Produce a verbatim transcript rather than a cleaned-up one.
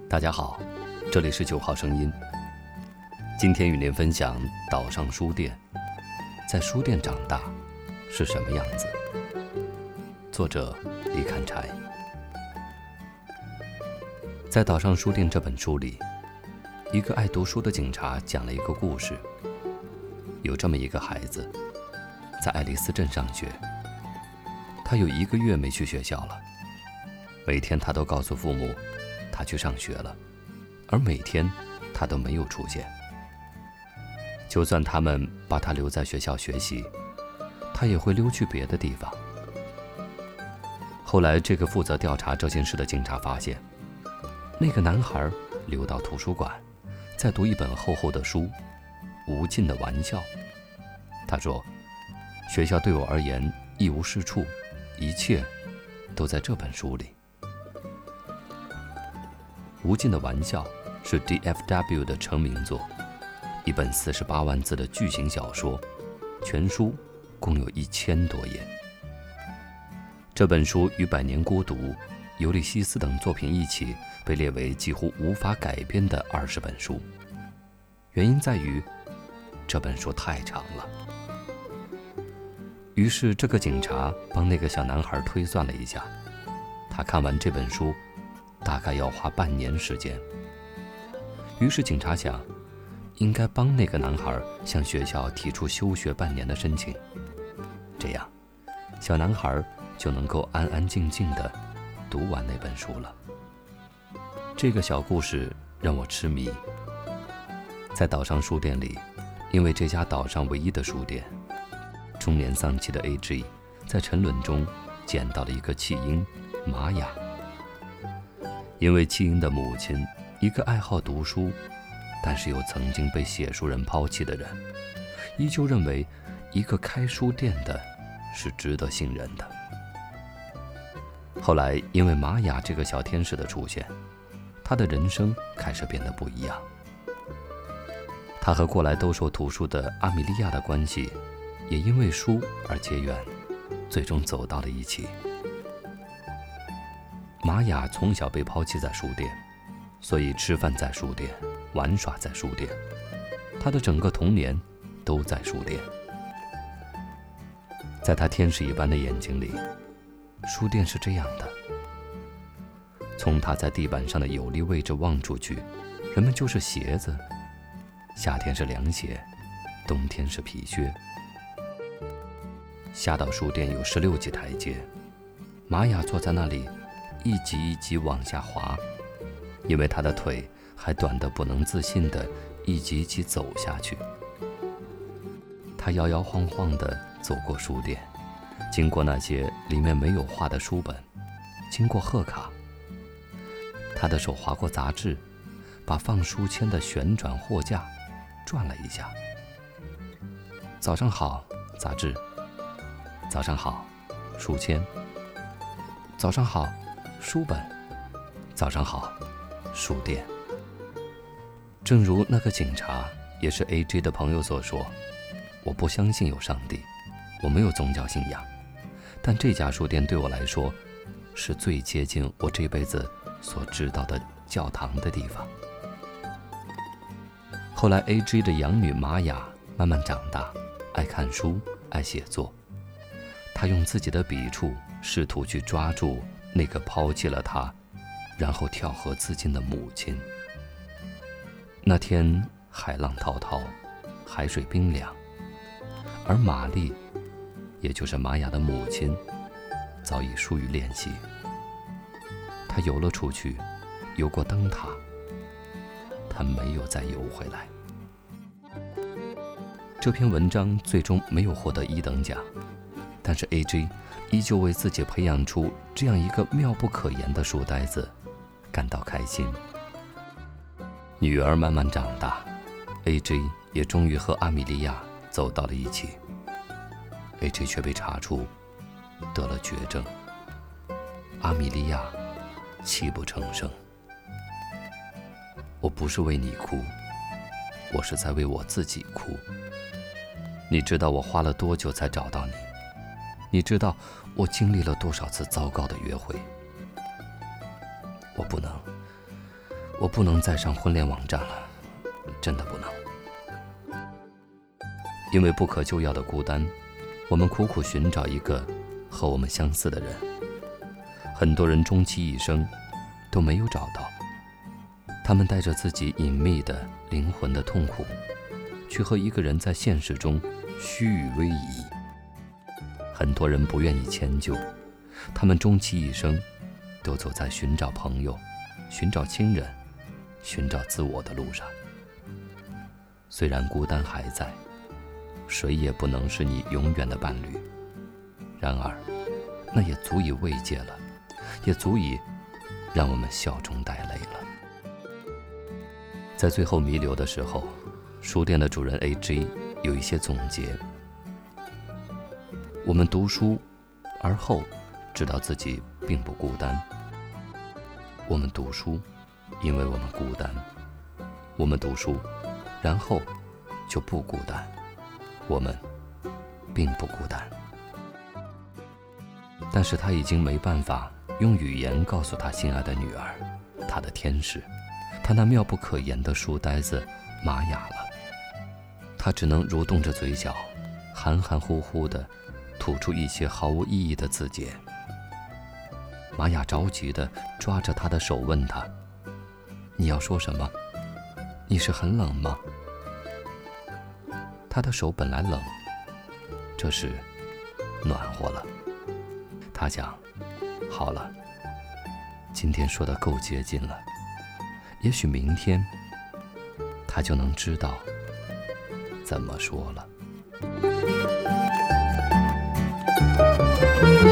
大家好，这里是九号声音。今天与您分享岛上书店，在书店长大是什么样子？作者李砍柴。在岛上书店这本书里，一个爱读书的警察讲了一个故事。有这么一个孩子，在爱丽丝镇上学，他有一个月没去学校了。每天他都告诉父母他去上学了，而每天他都没有出现。就算他们把他留在学校学习，他也会溜去别的地方。后来这个负责调查这件事的警察发现，那个男孩溜到图书馆，在读一本厚厚的书《无尽的玩笑》。他说，学校对我而言一无是处，一切都在这本书里。无尽的玩笑是 D F W 的成名作，一本四十八万字的巨型小说，全书共有一千多页。这本书与《百年孤独》、《尤利西斯》等作品一起被列为几乎无法改编的二十本书。原因在于这本书太长了。于是这个警察帮那个小男孩推算了一下，他看完这本书大概要花半年时间。于是警察想，应该帮那个男孩向学校提出休学半年的申请，这样小男孩就能够安安静静地读完那本书了。这个小故事让我痴迷。在岛上书店里，因为这家岛上唯一的书店，中年丧妻的 A G 在沉沦中捡到了一个弃婴玛雅。因为弃婴的母亲，一个爱好读书但是又曾经被写书人抛弃的人，依旧认为一个开书店的是值得信任的。后来因为玛雅这个小天使的出现，他的人生开始变得不一样。他和过来兜售图书的阿米莉亚的关系也因为书而结缘，最终走到了一起。玛雅从小被抛弃在书店，所以吃饭在书店，玩耍在书店，他的整个童年都在书店。在他天使一般的眼睛里，书店是这样的。从他在地板上的有利位置望出去，人们就是鞋子，夏天是凉鞋，冬天是皮靴。下到书店有十六级台阶，玛雅坐在那里一级一级往下滑，因为他的腿还短得不能自信地一级一级走下去。他摇摇晃晃地走过书店，经过那些里面没有画的书本，经过贺卡。他的手划过杂志，把放书签的旋转货架转了一下。早上好，杂志。早上好，书签。早上好，书本。早上好，书店。正如那个警察，也是 A J 的朋友所说，我不相信有上帝，我没有宗教信仰，但这家书店对我来说是最接近我这辈子所知道的教堂的地方。后来 A J 的养女玛雅慢慢长大，爱看书，爱写作。她用自己的笔触试图去抓住那个抛弃了她，然后跳河自尽的母亲。那天海浪滔滔，海水冰凉，而玛丽，也就是玛雅的母亲，早已疏于练习。她游了出去，游过灯塔，她没有再游回来。这篇文章最终没有获得一等奖，但是 A J 依旧为自己培养出这样一个妙不可言的书呆子感到开心。女儿慢慢长大， A J 也终于和阿米莉亚走到了一起。 A J 却被查出得了绝症，阿米莉亚泣不成声。我不是为你哭，我是在为我自己哭。你知道我花了多久才找到你？你知道我经历了多少次糟糕的约会？我不能， 我不能再上婚恋网站了，真的不能。因为不可救药的孤单，我们苦苦寻找一个和我们相似的人。很多人终其一生都没有找到，他们带着自己隐秘的灵魂的痛苦，去和一个人在现实中虚与委蛇。很多人不愿意迁就，他们终其一生都走在寻找朋友、寻找亲人、寻找自我的路上。虽然孤单还在，谁也不能是你永远的伴侣，然而那也足以慰藉了，也足以让我们笑中带泪了。在最后弥留的时候，书店的主人 A J 有一些总结：我们读书，而后知道自己并不孤单；我们读书，因为我们孤单；我们读书，然后就不孤单。我们并不孤单。但是他已经没办法用语言告诉他心爱的女儿，他的天使，他那妙不可言的书呆子玛雅了。他只能蠕动着嘴角，含含糊糊地吐出一些毫无意义的字节。玛雅着急地抓着他的手问他：你要说什么？你是很冷吗？他的手本来冷，这时暖和了。他想，好了，今天说得够接近了，也许明天他就能知道怎么说了。